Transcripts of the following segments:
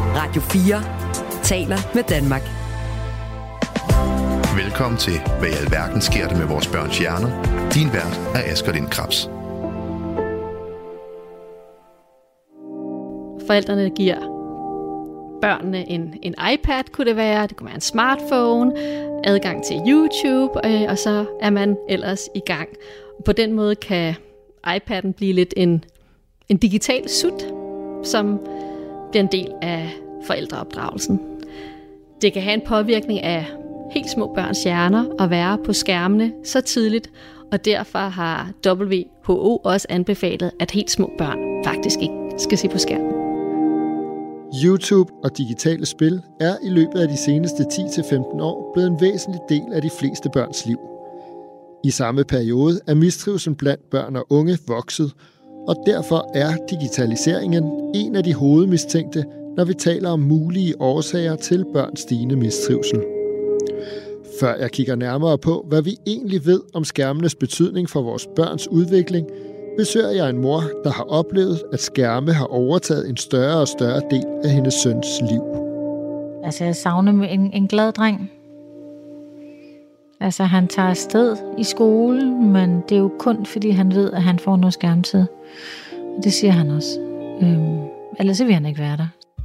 Radio 4 taler med Danmark. Velkommen til Hvad i alverden sker der med vores børns hjerner? Din vært er Asger Lind Krabs. Forældrene giver børnene en iPad, kunne det være en smartphone, adgang til YouTube, og så er man ellers i gang. På den måde kan iPad'en blive lidt en digital sut, som bliver en del af forældreopdragelsen. Det kan have en påvirkning af helt små børns hjerner at være på skærmene så tidligt, og derfor har WHO også anbefalet, at helt små børn faktisk ikke skal se på skærmen. YouTube og digitale spil er i løbet af de seneste 10-15 år blevet en væsentlig del af de fleste børns liv. I samme periode er mistrivslen blandt børn og unge vokset, og derfor er digitaliseringen en af de hovedmistænkte, når vi taler om mulige årsager til børns stigende mistrivsel. Før jeg kigger nærmere på, hvad vi egentlig ved om skærmenes betydning for vores børns udvikling, besøger jeg en mor, der har oplevet, at skærme har overtaget en større og større del af hendes søns liv. Altså, jeg savner en glad dreng. Altså, han tager afsted i skole, men det er jo kun, fordi han ved, at han får noget skærmtid. Og det siger han også. Ellers vil han ikke være der.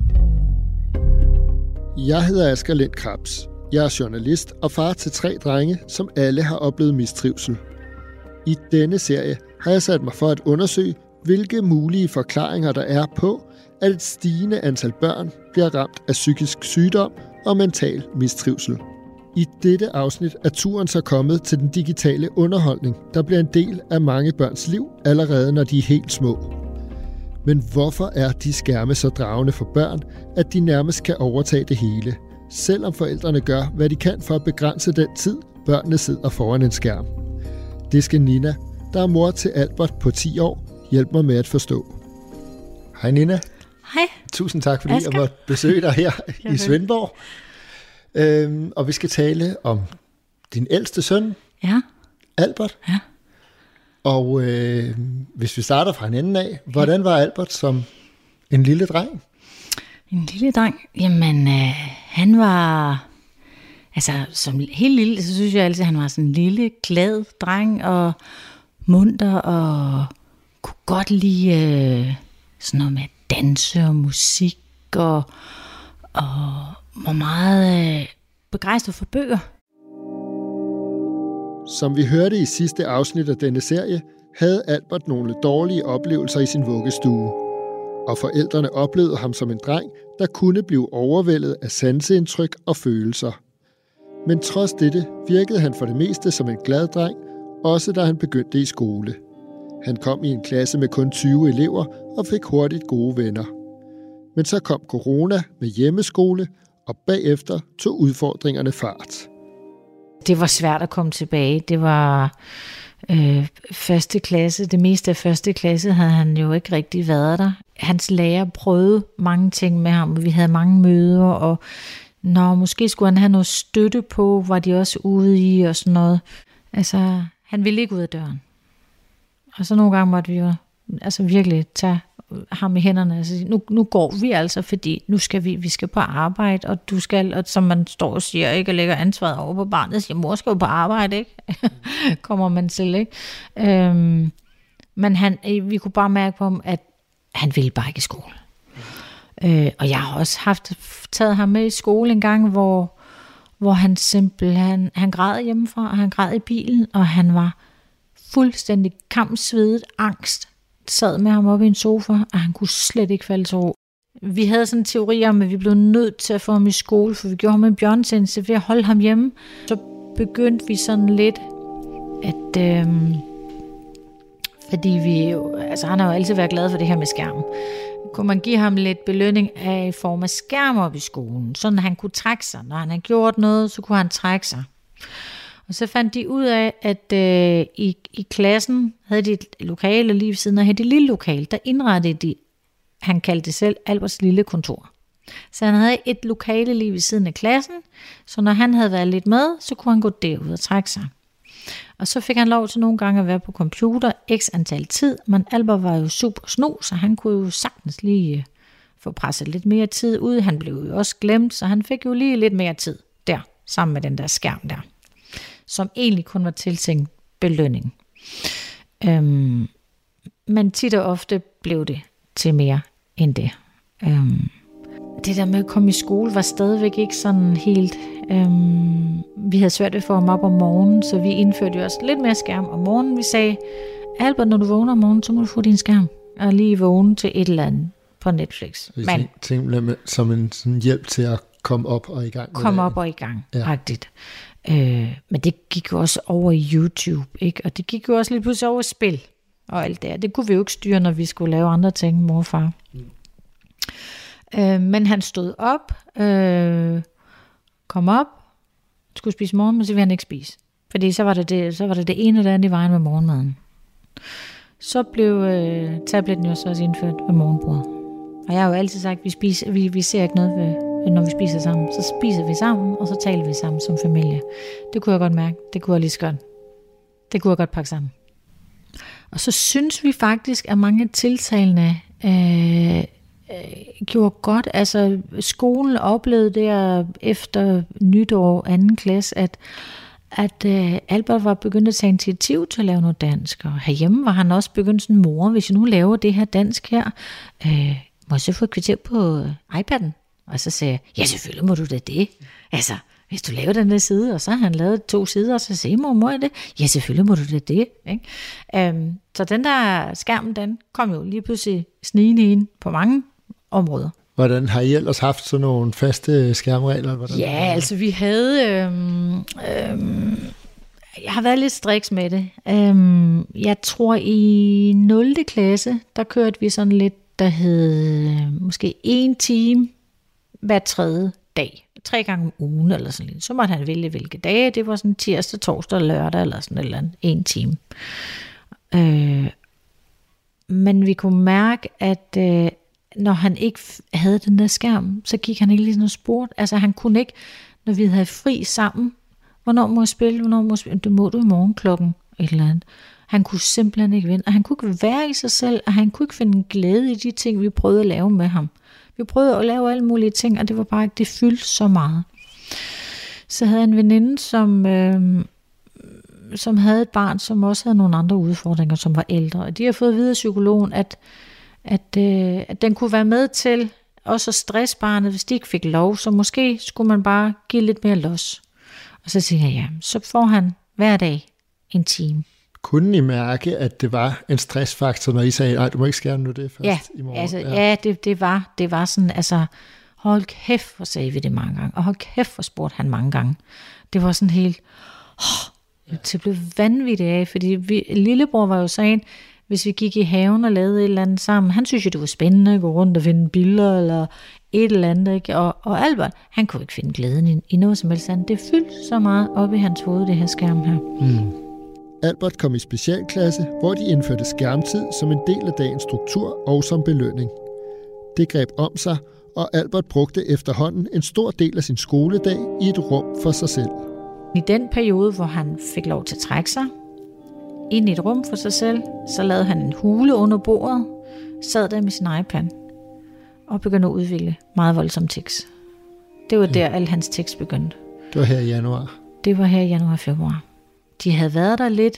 Jeg hedder Asger Lind Krabs. Jeg er journalist og far til 3 drenge, som alle har oplevet mistrivsel. I denne serie har jeg sat mig for at undersøge, hvilke mulige forklaringer der er på, at et stigende antal børn bliver ramt af psykisk sygdom og mental mistrivsel. I dette afsnit er turen så kommet til den digitale underholdning, der bliver en del af mange børns liv allerede, når de er helt små. Men hvorfor er de skærme så dragende for børn, at de nærmest kan overtage det hele, selvom forældrene gør, hvad de kan for at begrænse den tid, børnene sidder foran en skærm? Det skal Nina, der er mor til Albert på 10 år, hjælpe mig med at forstå. Hej Nina. Hej. Tusind tak, fordi jeg måtte besøge dig her i Svendborg. Og vi skal tale om din ældste søn, Ja. Albert. Ja. Og hvis vi starter fra en ende af, hvordan var Albert som en lille dreng? En lille dreng? Jamen, han var... Altså, som helt lille, så synes jeg altid, at han var sådan en lille, glad dreng, og munter, og kunne godt lide sådan noget med danse og musik, og var meget begejstret for bøger. Som vi hørte i sidste afsnit af denne serie, havde Albert nogle dårlige oplevelser i sin vuggestue. Og forældrene oplevede ham som en dreng, der kunne blive overvældet af sanseindtryk og følelser. Men trods dette virkede han for det meste som en glad dreng, også da han begyndte i skole. Han kom i en klasse med kun 20 elever og fik hurtigt gode venner. Men så kom corona med hjemmeskole, og bagefter tog udfordringerne fart. Det var svært at komme tilbage. Det var første klasse. Det meste af første klasse havde han jo ikke rigtig været der. Hans lærer prøvede mange ting med ham, og vi havde mange møder, og måske skulle han have noget støtte på, var de også ude i og sådan noget. Altså, han ville ikke ud af døren. Og så nogle gange måtte vi jo virkelig tage ham i hænderne og sige, nu går vi altså, fordi nu skal vi skal på arbejde, og du skal, og som man står og siger, ikke, og lægger ansvaret over på barnet, siger, mor skal jo på arbejde, ikke? Kommer man til, ikke? Men vi kunne bare mærke på ham, at han ville bare ikke i skole. Og jeg har også taget ham med i skole en gang, hvor han simpelthen, han græd hjemmefra, og han græd i bilen, og han var fuldstændig kampsvedet, angst, sad med ham oppe i en sofa, og han kunne slet ikke falde til ro. Vi havde sådan en teori om, at vi blev nødt til at få ham i skole, for vi gjorde ham en bjørnetjeneste ved at holde ham hjemme. Så begyndte vi sådan lidt, at fordi vi jo, han har jo altid været glad for det her med skærm. Kunne man give ham lidt belønning af i form af skærm op i skolen, sådan at han kunne trække sig. Når han havde gjort noget, så kunne han trække sig. Og så fandt de ud af, at i klassen havde de et lokale lige ved siden af det lille lokale, der indrettede de, han kaldte det selv, Alberts lille kontor. Så han havde et lokale lige ved siden af klassen, så når han havde været lidt med, så kunne han gå derud og trække sig. Og så fik han lov til nogle gange at være på computer x antal tid, men Albert var jo super snu, så han kunne jo sagtens lige få presset lidt mere tid ud. Han blev jo også glemt, så han fik jo lige lidt mere tid der, sammen med den der skærm der, som egentlig kun var tiltænkt belønning. Men tit og ofte blev det til mere end det. Det der med at komme i skole var stadigvæk ikke sådan helt... vi havde svært ved at få ham op om morgenen, så vi indførte jo også lidt mere skærm om morgenen. Vi sagde, Albert, når du vågner om morgenen, så må du få din skærm og lige vågne til et eller andet på Netflix. Men tænkte som en sådan hjælp til at komme op og i gang. Komme op og i gang, rigtigt. Men det gik jo også over i YouTube, ikke? Og det gik jo også lige pludselig over i spil og alt det. Det kunne vi jo ikke styre, når vi skulle lave andre ting, mor og far. Men han stod op, kom op, skulle spise morgenmad, så ville han ikke spise. Fordi så var det det ene eller andet i vejen med morgenmaden. Så blev tabletten jo så også indført ved morgenbordet. Og jeg har jo altid sagt, at vi ser ikke noget når vi spiser sammen. Så spiser vi sammen, og så taler vi sammen som familie. Det kunne jeg godt mærke. Det kunne jeg lige så godt. Det kunne jeg godt pakke sammen. Og så synes vi faktisk, at mange af tiltagene gjorde godt. Altså skolen oplevede der efter nytår 2. klasse, at Albert var begyndt at tage initiativ til at lave noget dansk. Og herhjemme var han også begyndt sådan, mor, hvis jeg nu laver det her dansk her, må jeg så få et kvarter på iPad'en? Og så sagde jeg, ja, selvfølgelig må du da det. Altså, hvis du laver den der side, og så har han lavet 2 sider, og så siger må jeg det? Ja, selvfølgelig må du da det. Ikke? Så den der skærm, den kom jo lige pludselig snigende ind på mange områder. Hvordan har I ellers haft sådan nogle faste skærmregler? Hvordan? Ja, altså vi havde... jeg har været lidt striks med det. Jeg tror i 0. klasse, der kørte vi sådan lidt, der hed måske 1 time hver 3. dag. 3 gange om ugen eller sådan lidt. Så måtte han vælge hvilke dage. Det var sådan tirsdag, torsdag, lørdag eller sådan et eller andet. 1 time. Men vi kunne mærke, at når han ikke havde den der skærm, så gik han ikke lige sådan og spurgte. Altså han kunne ikke, når vi havde fri sammen, hvornår må jeg spille, det må du i morgen klokken et eller andet. Han kunne simpelthen ikke vinde, og han kunne ikke være i sig selv, og han kunne ikke finde glæde i de ting, vi prøvede at lave med ham. Vi prøvede at lave alle mulige ting, og det var bare ikke, det fyldte så meget. Så havde jeg en veninde, som havde et barn, som også havde nogle andre udfordringer, som var ældre. Og de har fået at vide af psykologen, at den kunne være med til også at stresse barnet, hvis de ikke fik lov. Så måske skulle man bare give lidt mere los. Og så siger jeg, ja, så får han hver dag 1 time. Kunne I mærke, at det var en stressfaktor, når I sagde, nej, du må ikke skære nu det først i morgen? Altså, ja, det var sådan, altså, hold kæft, hvor sagde vi det mange gange, og hold kæft, hvor spurgte han mange gange. Det var sådan helt, det blev vanvittigt af, fordi lillebror var jo sådan, hvis vi gik i haven og lavede et eller andet sammen, han synes jo, det var spændende at gå rundt og finde billeder, eller et eller andet, ikke? Og Albert, han kunne ikke finde glæden i noget som helst andet. Det fyldte så meget op i hans hoved, det her skærm her. Albert kom i specialklasse, hvor de indførte skærmtid som en del af dagens struktur og som belønning. Det greb om sig, og Albert brugte efterhånden en stor del af sin skoledag i et rum for sig selv. I den periode, hvor han fik lov til at trække sig ind i et rum for sig selv, så lavede han en hule under bordet, sad der med sin iPad og begyndte at udvikle meget voldsomme tekst. Det var der, al hans tekst begyndte. Det var her i januar? Det var her i januar-februar. De havde været der lidt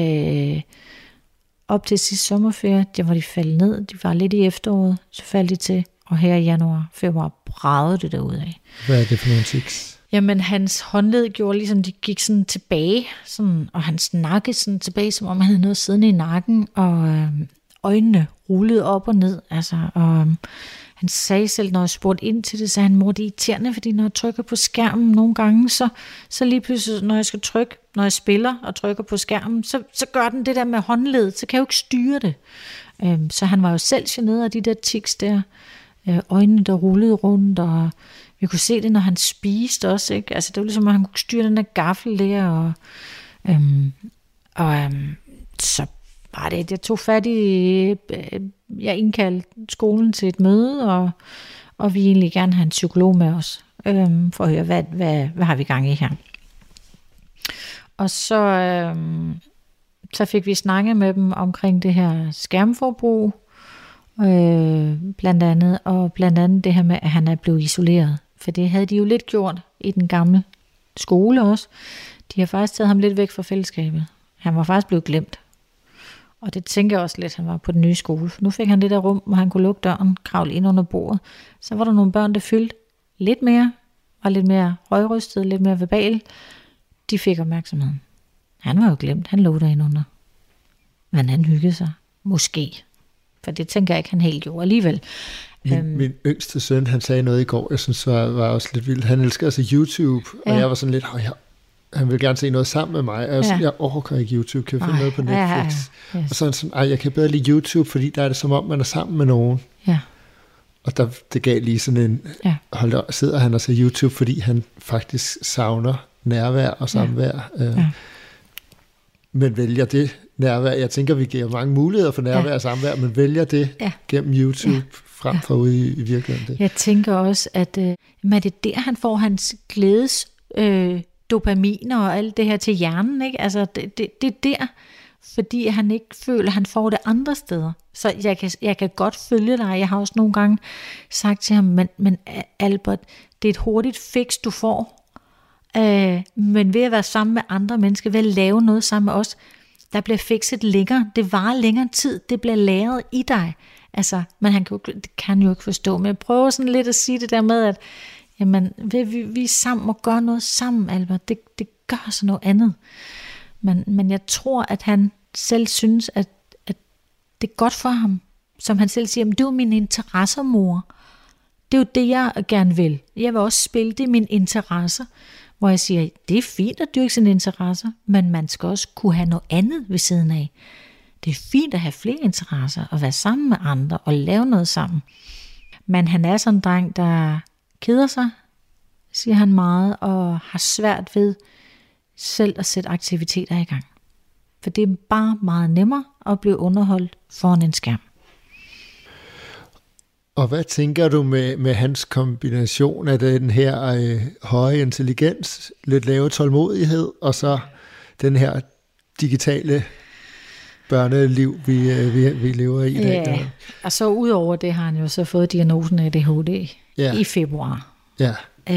op til sidste sommerferie, der var de faldet ned. De var lidt i efteråret, så faldt de til, og her i januar-februar bragede det derudad. Hvad er det for nogle tics? Jamen, hans håndled gjorde ligesom, de gik sådan tilbage, sådan, og han snakkede sådan tilbage, som om han havde noget siddende i nakken, og øjnene rullede op og ned. Altså, og han sagde selv, når jeg spurgte ind til det, sagde han, mor, det er irriterende, fordi når jeg trykker på skærmen nogle gange, så lige pludselig, når jeg skal trykke, når jeg spiller og trykker på skærmen, så gør den det der med håndledet, så kan jeg jo ikke styre det. Så han var jo selv generet af de der tics der, øjnene der rullede rundt, og vi kunne se det, når han spiste også, ikke? Altså det var ligesom, at han kunne styre den der gaffel der, så var det, jeg tog fat i, jeg indkaldte skolen til et møde, og vi egentlig gerne have en psykolog med os, for at høre, hvad har vi gang i her. Og så fik vi snakket med dem omkring det her skærmforbrug, blandt andet det her med, at han er blevet isoleret. For det havde de jo lidt gjort i den gamle skole også. De har faktisk taget ham lidt væk fra fællesskabet. Han var faktisk blevet glemt. Og det tænker jeg også lidt, han var på den nye skole. For nu fik han det der rum, hvor han kunne lukke døren, kravle ind under bordet. Så var der nogle børn, der fyldte lidt mere, var lidt mere højrystede, lidt mere verbal. De fik opmærksomheden. Han var jo glemt, han lå derinde under. Men han hyggede sig. Måske. For det tænker jeg ikke, han helt gjorde alligevel. Min yngste søn, han sagde noget i går, jeg synes var også lidt vildt. Han elsker altså YouTube, og jeg var sådan lidt, han vil gerne se noget sammen med mig. Jeg overgår ikke YouTube, kan jeg finde noget på Netflix? Yes. Og sådan, jeg kan bedre lide YouTube, fordi der er det som om, man er sammen med nogen. Ja. Og det gav lige sådan en, sidder han og ser YouTube, fordi han faktisk savner nærvær og samvær. Men vælger det nærvær. Jeg tænker, vi giver mange muligheder for nærvær og samvær, men vælger det gennem YouTube frem for ude i virkeligheden. Jeg tænker også, at er det der, han får hans glædes dopaminer og alt det her til hjernen, ikke? Altså, det er der, fordi han ikke føler, at han får det andre steder. Så jeg kan godt følge dig. Jeg har også nogle gange sagt til ham, men Albert, det er et hurtigt fix, du får. Men ved at være sammen med andre mennesker, ved at lave noget sammen med os, der bliver fikset længere. Det varer længere tid. Det bliver læret i dig. Altså, men det kan jo ikke forstå. Men jeg prøver sådan lidt at sige det der med, at jamen, vi er sammen og gør noget sammen, Albert. Det gør så noget andet. Men jeg tror, at han selv synes, at det er godt for ham. Som han selv siger, det er jo mine interesser, mor. Det er jo det, jeg gerne vil. Jeg vil også spille det mine interesser. Hvor jeg siger, det er fint at dyrke sine interesser, men man skal også kunne have noget andet ved siden af. Det er fint at have flere interesser, og være sammen med andre, og lave noget sammen. Men han er sådan en dreng, der keder sig, siger han meget, og har svært ved selv at sætte aktiviteter i gang. For det er bare meget nemmere at blive underholdt foran en skærm. Og hvad tænker du med hans kombination af den her høje intelligens, lidt lave tålmodighed, og så den her digitale børneliv, vi lever i i dag? Ja, og så udover det har han jo så fået diagnosen af ADHD i februar. Ja.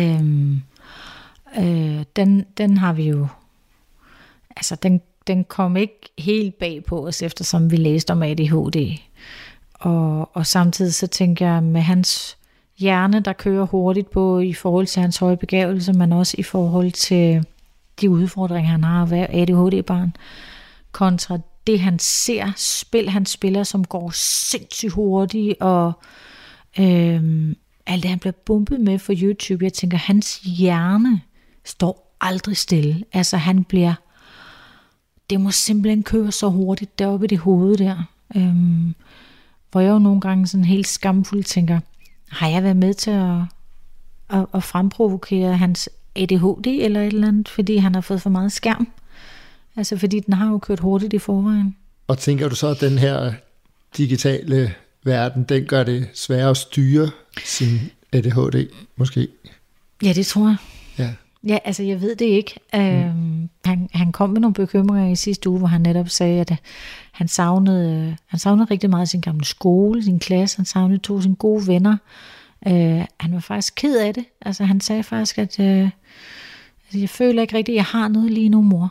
Den har vi jo, altså den kom ikke helt bag på os, eftersom vi læste om ADHD. Og samtidig så tænker jeg, med hans hjerne, der kører hurtigt på i forhold til hans høje begavelse, men også i forhold til de udfordringer, han har at være ADHD-barn, kontra det, han ser, han spiller, som går sindssygt hurtigt, og alt det, han bliver bumpet med for YouTube. Jeg tænker, hans hjerne står aldrig stille. Altså, det må simpelthen køre så hurtigt deroppe i det hoved der. Hvor jeg jo nogle gange sådan helt skamfuldt tænker, har jeg været med til at fremprovokere hans ADHD eller et eller andet, fordi han har fået for meget skærm? Altså fordi den har jo kørt hurtigt i forvejen. Og tænker du så, at den her digitale verden, den gør det sværere at styre sin ADHD måske? Ja, det tror jeg. Ja, altså jeg ved det ikke. Han kom med nogle bekymringer i sidste uge, hvor han netop sagde, at han savnede rigtig meget sin gamle skole, sin klasse. Han savnede to sine gode venner. Han var faktisk ked af det. Altså han sagde faktisk, at jeg føler ikke rigtigt, at jeg har noget lige nu, mor.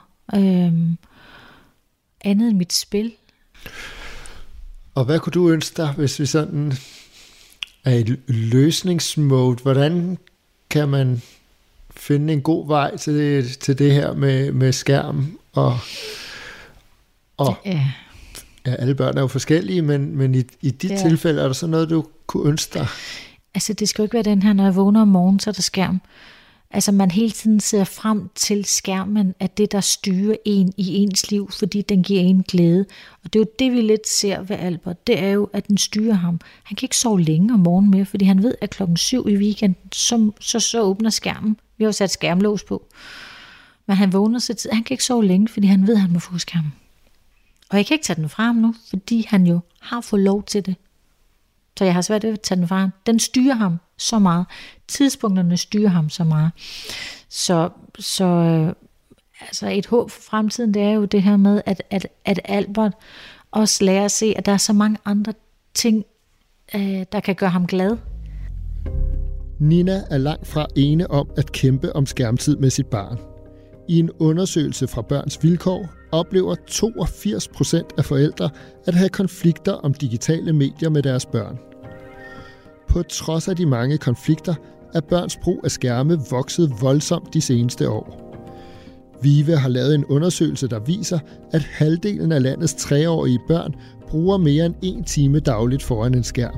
Andet end mit spil. Og hvad kunne du ønske dig, hvis vi sådan er i løsningsmode? Hvordan kan man finde en god vej til det her med skærm og alle børn er jo forskellige, men i dit tilfælde er der så noget, du kunne ønske dig? Altså det skal jo ikke være den her, når jeg vågner om morgenen, så er der skærm. Altså man hele tiden ser frem til skærmen, at det der styrer en i ens liv, fordi den giver en glæde. Og det er jo det, vi lidt ser ved Albert, det er jo, at den styrer ham. Han kan ikke sove længe om morgenen mere, fordi han ved, at 7:00 i weekenden, så åbner skærmen. Vi har jo sat skærmlås på. Men han vågner så tid, han kan ikke sove længe, fordi han ved, at han må få skærmen. Og jeg kan ikke tage den fra ham nu, fordi han jo har fået lov til det. Så jeg har svært ved at tage den fra ham. Den styrer ham så meget. Tidspunkterne styrer ham så meget. Så altså et håb for fremtiden, det er jo det her med, at Albert også lærer at se, at der er så mange andre ting der kan gøre ham glad. Nina er langt fra ene om at kæmpe om skærmtid med sit barn. I en undersøgelse fra Børns Vilkår oplever 82% af forældre at have konflikter om digitale medier med deres børn. På trods af de mange konflikter er børns brug af skærme vokset voldsomt de seneste år. VIVE har lavet en undersøgelse, der viser, at halvdelen af landets 3-årige børn bruger mere end 1 time dagligt foran en skærm.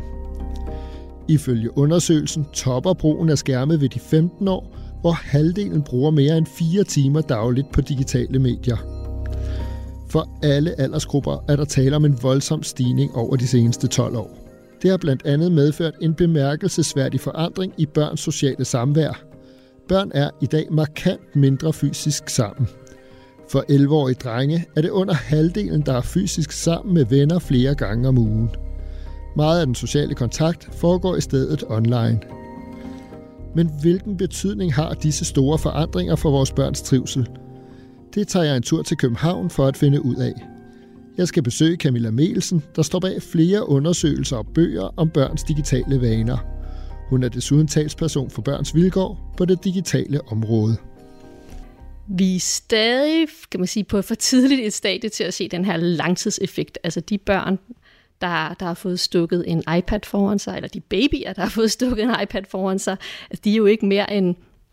Ifølge undersøgelsen topper brugen af skærme ved de 15 år, hvor halvdelen bruger mere end 4 timer dagligt på digitale medier. For alle aldersgrupper er der tale om en voldsom stigning over de seneste 12 år. Det har blandt andet medført en bemærkelsesværdig forandring i børns sociale samvær. Børn er i dag markant mindre fysisk sammen. For 11-årige drenge er det under halvdelen, der er fysisk sammen med venner flere gange om ugen. Meget af den sociale kontakt foregår i stedet online. Men hvilken betydning har disse store forandringer for vores børns trivsel? Det tager jeg en tur til København for at finde ud af. Jeg skal besøge Camilla Melsen, der står bag flere undersøgelser og bøger om børns digitale vaner. Hun er desuden talsperson for Børns Vilkår på det digitale område. Vi er stadig, kan man sige, på for tidligt et stadie til at se den her langtidseffekt. Altså de børn, der har fået stukket en iPad foran sig, eller de babyer, der har fået stukket en iPad foran sig, de er jo ikke mere end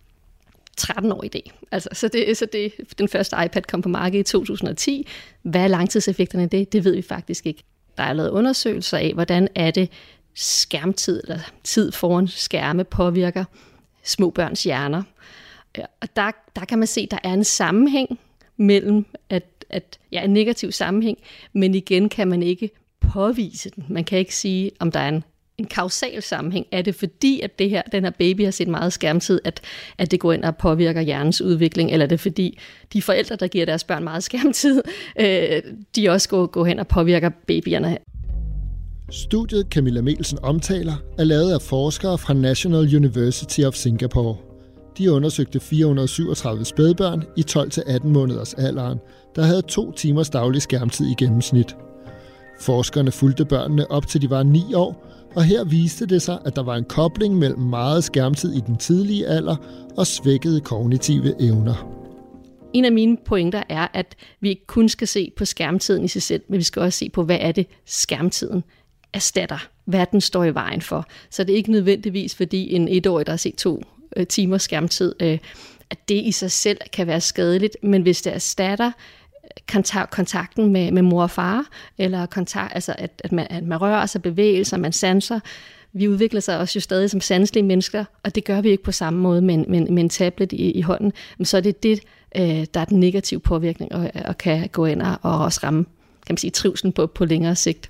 13 år i dag. Altså, så det, den første iPad kom på markedet i 2010. Hvad er langtidseffekterne af det? Det ved vi faktisk ikke. Der er lavet undersøgelser af, hvordan er det skærmtid, eller tid foran skærme påvirker små børns hjerner. Og der kan man se, at der er en sammenhæng mellem, en negativ sammenhæng, men igen kan man ikke påvise den. Man kan ikke sige, om der er en kausal sammenhæng. Er det fordi, at den her baby har set meget skærmtid, at det går ind og påvirker hjernens udvikling, eller er det fordi, de forældre, der giver deres børn meget skærmtid, de også går hen og påvirker babyerne? Studiet Camilla Melsen omtaler er lavet af forskere fra National University of Singapore. De undersøgte 437 spædbørn i 12-18 måneders alderen, der havde 2 timers daglig skærmtid i gennemsnit. Forskerne fulgte børnene op til de var 9 år, og her viste det sig, at der var en kobling mellem meget skærmtid i den tidlige alder og svækkede kognitive evner. En af mine pointer er, at vi ikke kun skal se på skærmtiden i sig selv, men vi skal også se på, hvad er det skærmtiden erstatter, hvad den står i vejen for. Så det er ikke nødvendigvis, fordi en 1-årig, der har set 2 timers skærmtid, at det i sig selv kan være skadeligt, men hvis det erstatter kontakten med mor og far, eller at man rører sig, bevæger sig, man sanser. Vi udvikler sig også jo stadig som sanselige mennesker, og det gør vi ikke på samme måde med en tablet i hånden. Men så er det der er den negative påvirkning, og kan gå ind og også ramme, kan man sige, trivslen på længere sigt.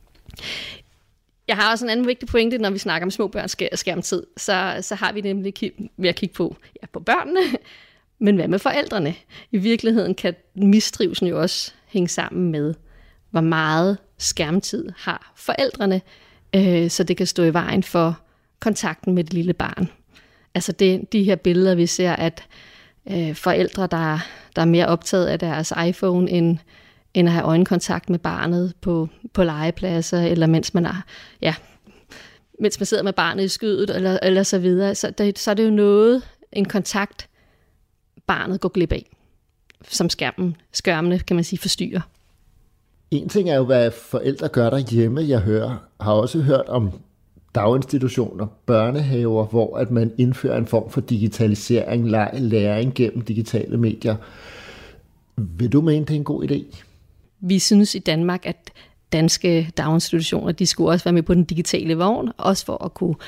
Jeg har også en anden vigtig pointe, når vi snakker om små børns skærmtid. Så har vi nemlig ved at kigge på børnene, men hvad med forældrene? I virkeligheden kan mistrivsel jo også hænge sammen med, hvor meget skærmtid har forældrene, så det kan stå i vejen for kontakten med det lille barn. Altså de her billeder, vi ser, at forældre, der er mere optaget af deres iPhone, end at have øjenkontakt med barnet på legepladser, eller mens man sidder med barnet i skødet, eller så videre. Så er det jo en kontakt, barnet går glip af, som skærmene, kan man sige, forstyrrer. En ting er jo, hvad forældre gør derhjemme. Jeg har også hørt om daginstitutioner, børnehaver, hvor at man indfører en form for digitalisering, læring gennem digitale medier. Vil du mene, det er en god idé? Vi synes i Danmark, at danske daginstitutioner, de skulle også være med på den digitale vogn, også for at kunne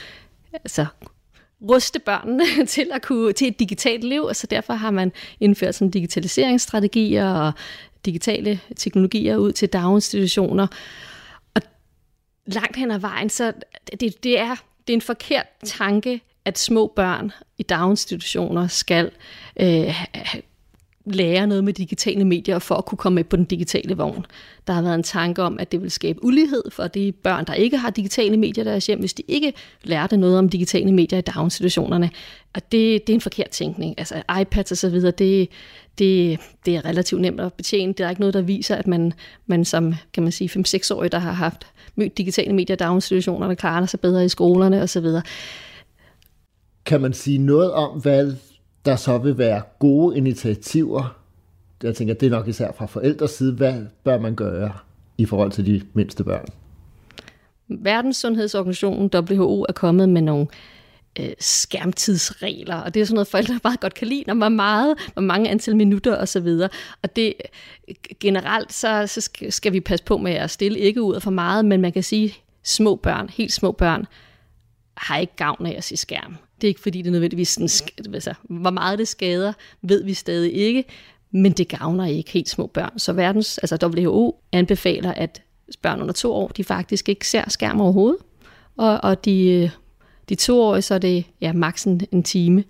ruste børnene til et digitalt liv, og så derfor har man indført sådan digitaliseringsstrategier og digitale teknologier ud til daginstitutioner. Og langt hen ad vejen, så det er en forkert tanke, at små børn i daginstitutioner skal lære noget med digitale medier for at kunne komme med på den digitale vogn. Der har været en tanke om, at det vil skabe ulighed for de børn, der ikke har digitale medier i deres hjem, hvis de ikke lærte noget om digitale medier i daginstitutionerne. Og det er en forkert tænkning. Altså iPads og så videre, det er relativt nemt at betjene. Der er ikke noget, der viser, at man som, kan man sige, 5-6-årig, der har haft mødt digitale medier i daginstitutionerne, klarer sig bedre i skolerne og så videre. Kan man sige noget om, hvad der så vil være gode initiativer? Jeg tænker, det er nok især fra forældres side. Hvad bør man gøre i forhold til de mindste børn? Verdenssundhedsorganisationen WHO er kommet med nogle skærmtidsregler, og det er sådan noget, forældre meget godt kan lide, når man hvor mange antal minutter og så videre. Og det generelt, så skal vi passe på med at stille ikke ud for meget, men man kan sige, små børn, helt små børn, har ikke gavn af at se skærm. Det er ikke fordi, det er nødvendigvis altså, hvor meget det skader, ved vi stadig ikke, men det gavner ikke helt små børn. Så WHO anbefaler, at børn under 2 år, de faktisk ikke ser skærm overhovedet, og de 2-årige, så er det maks en time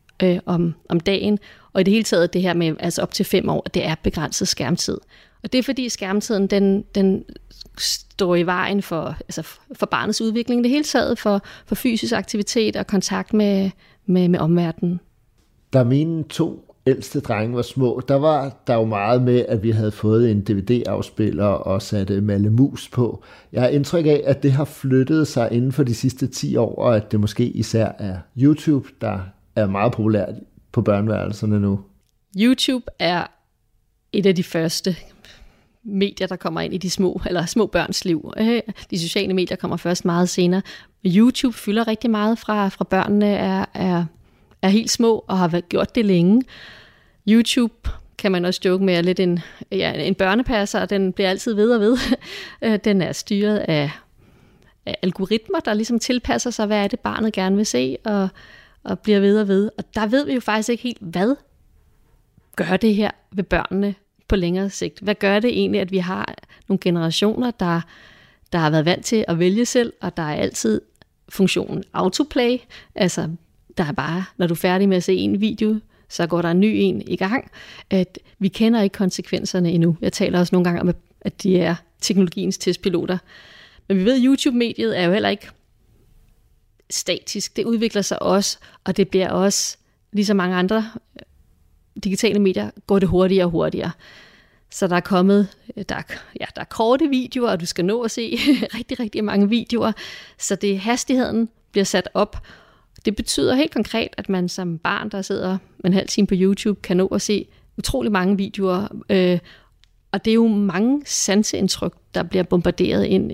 om dagen, og i det hele taget det her med altså op til 5 år, det er begrænset skærmtid. Og det er fordi skærmtiden, den står i vejen for barnets udvikling, det hele taget for fysisk aktivitet og kontakt med omverdenen. Da mine 2 ældste drenge var små, der var der jo meget med, at vi havde fået en DVD-afspiller og satte Malle Mus på. Jeg har indtryk af, at det har flyttet sig inden for de sidste 10 år, og at det måske især er YouTube, der er meget populært på børneværelserne nu. YouTube er et af de første medier, der kommer ind i de små børns liv. De sociale medier kommer først meget senere. YouTube fylder rigtig meget fra børnene er helt små og har gjort det længe. YouTube kan man også joke med lidt en børnepasser, og den bliver altid ved og ved. Den er styret af algoritmer, der ligesom tilpasser sig, hvad er det barnet gerne vil se, og bliver ved og ved. Og der ved vi jo faktisk ikke helt, hvad gør det her ved børnene på længere sigt. Hvad gør det egentlig, at vi har nogle generationer, der har været vant til at vælge selv, og der er altid funktionen autoplay, altså der er bare, når du er færdig med at se en video, så går der en ny en i gang. At vi kender ikke konsekvenserne endnu. Jeg taler også nogle gange om, at de er teknologiens testpiloter. Men vi ved, at YouTube-mediet er jo heller ikke statisk. Det udvikler sig også, og det bliver også, ligesom mange andre digitale medier, går det hurtigere og hurtigere. Så der er kommet, der er korte videoer, og du skal nå at se rigtig, rigtig mange videoer. Så hastigheden bliver sat op. Det betyder helt konkret, at man som barn, der sidder en halv time på YouTube, kan nå at se utrolig mange videoer. Og det er jo mange sanseindtryk, der bliver bombarderet ind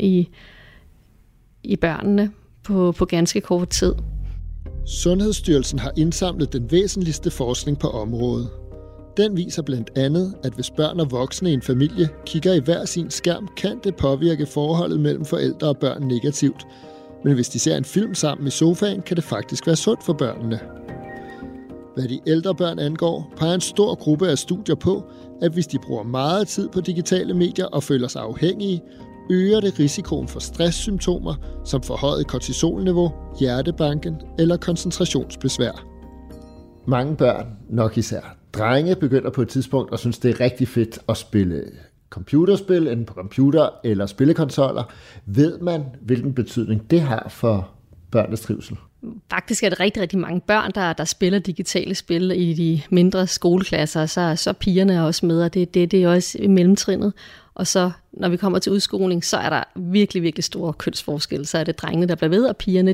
i børnene på ganske kort tid. Sundhedsstyrelsen har indsamlet den væsentligste forskning på området. Den viser blandt andet, at hvis børn og voksne i en familie kigger i hver sin skærm, kan det påvirke forholdet mellem forældre og børn negativt. Men hvis de ser en film sammen i sofaen, kan det faktisk være sundt for børnene. Hvad de ældre børn angår, peger en stor gruppe af studier på, at hvis de bruger meget tid på digitale medier og føler sig afhængige, øger det risikoen for stresssymptomer som forhøjet kortisolniveau, hjertebanken eller koncentrationsbesvær. Mange børn, nok især drenge, begynder på et tidspunkt og synes, det er rigtig fedt at spille computerspil, enten på computer eller spillekonsoller. Ved man, hvilken betydning det har for børnenes trivsel? Faktisk er det rigtig, rigtig mange børn, der spiller digitale spil i de mindre skoleklasser, så pigerne også med, og det er også i mellemtrinnet. Og så, når vi kommer til udskoling, så er der virkelig, virkelig store kønsforskelle. Så er det drengene, der bliver ved, og pigerne,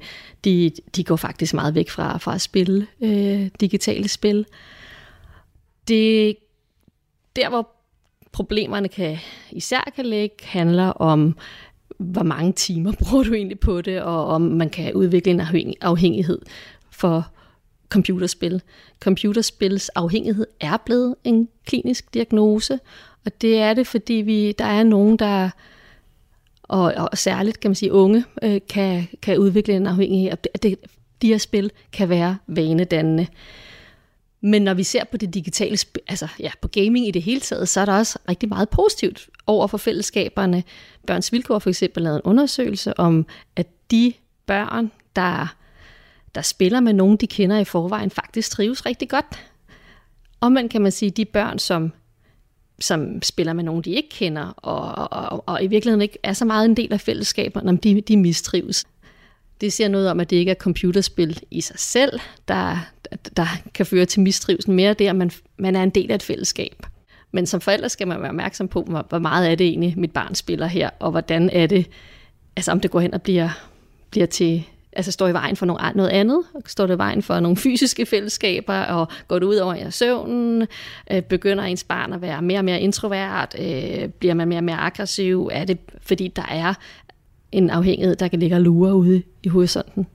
de går faktisk meget væk fra at spille digitale spil. Det der, hvor problemerne især kan ligge, handler om, hvor mange timer bruger du egentlig på det, og om man kan udvikle en afhængighed for computerspil. Computerspils afhængighed er blevet en klinisk diagnose, og det er det, fordi der er nogen, der, og særligt kan man sige unge, kan udvikle en afhængighed. De her spil kan være vanedannende. Men når vi ser på det digitale spil, på gaming i det hele taget, så er der også rigtig meget positivt over for fællesskaberne. Børns Vilkår for eksempel lavede en undersøgelse om, at de børn, der spiller med nogen, de kender i forvejen, faktisk trives rigtig godt. Omvendt kan man sige, de børn, som spiller med nogen, de ikke kender, og i virkeligheden ikke er så meget en del af fællesskaberne, de mistrives. Det siger noget om, at det ikke er computerspil i sig selv, der kan føre til mistrivsel. Mere det, at man er en del af et fællesskab. Men som forældre skal man være opmærksom på, hvor meget er det egentlig, mit barn spiller her, og hvordan er det, altså om det går hen og bliver til, altså står i vejen for noget andet, står det i vejen for nogle fysiske fællesskaber, og går det ud over søvnen, begynder ens barn at være mere og mere introvert, bliver man mere og mere aggressiv, er det fordi der er en afhængighed, der kan ligge og lure ude i horisonten.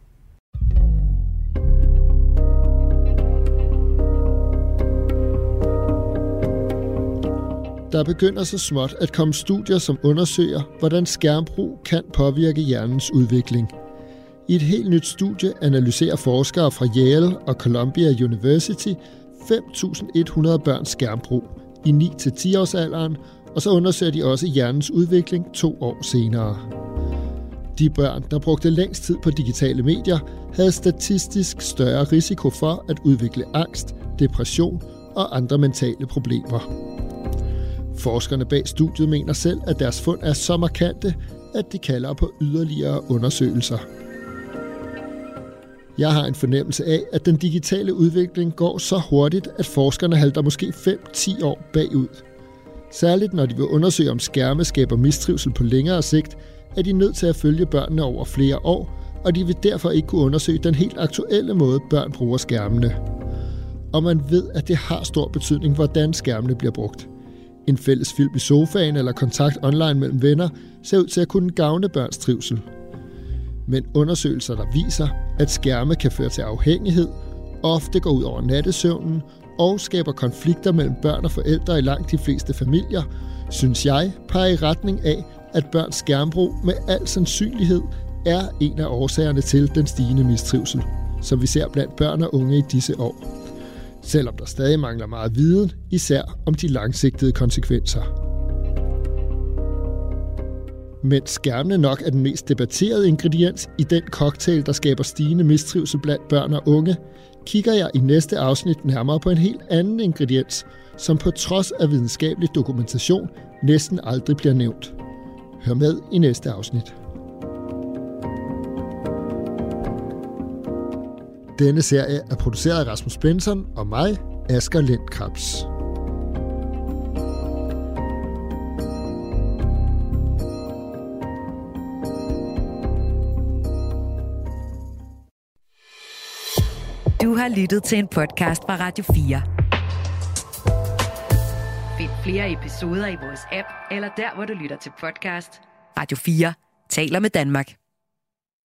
Der begynder så småt at komme studier, som undersøger, hvordan skærmbrug kan påvirke hjernens udvikling. I et helt nyt studie analyserer forskere fra Yale og Columbia University 5.100 børns skærmbrug i 9-10 års alderen, og så undersøger de også hjernens udvikling 2 år senere. De børn, der brugte længst tid på digitale medier, havde statistisk større risiko for at udvikle angst, depression og andre mentale problemer. Forskerne bag studiet mener selv, at deres fund er så markante, at de kalder på yderligere undersøgelser. Jeg har en fornemmelse af, at den digitale udvikling går så hurtigt, at forskerne halter måske 5-10 år bagud. Særligt når de vil undersøge, om skærme skaber mistrivsel på længere sigt, er de nødt til at følge børnene over flere år, og de vil derfor ikke kunne undersøge den helt aktuelle måde, børn bruger skærmene. Og man ved, at det har stor betydning, hvordan skærmene bliver brugt. En fælles film i sofaen eller kontakt online mellem venner ser ud til at kunne gavne børns trivsel. Men undersøgelser, der viser, at skærme kan føre til afhængighed, ofte går ud over nattesøvnen og skaber konflikter mellem børn og forældre i langt de fleste familier, synes jeg peger i retning af, at børns skærmbrug med al sandsynlighed er en af årsagerne til den stigende mistrivsel, som vi ser blandt børn og unge i disse år. Selvom der stadig mangler meget viden, især om de langsigtede konsekvenser. Mens skærmene nok er den mest debatterede ingrediens i den cocktail, der skaber stigende mistrivsel blandt børn og unge, kigger jeg i næste afsnit nærmere på en helt anden ingrediens, som på trods af videnskabelig dokumentation næsten aldrig bliver nævnt. Hør med i næste afsnit. Denne serie er produceret af Rasmus Benson og mig, Asger Lindkrabs. Du har lyttet til en podcast fra Radio 4. Find flere episoder i vores app, eller der, hvor du lytter til podcast. Radio 4 taler med Danmark.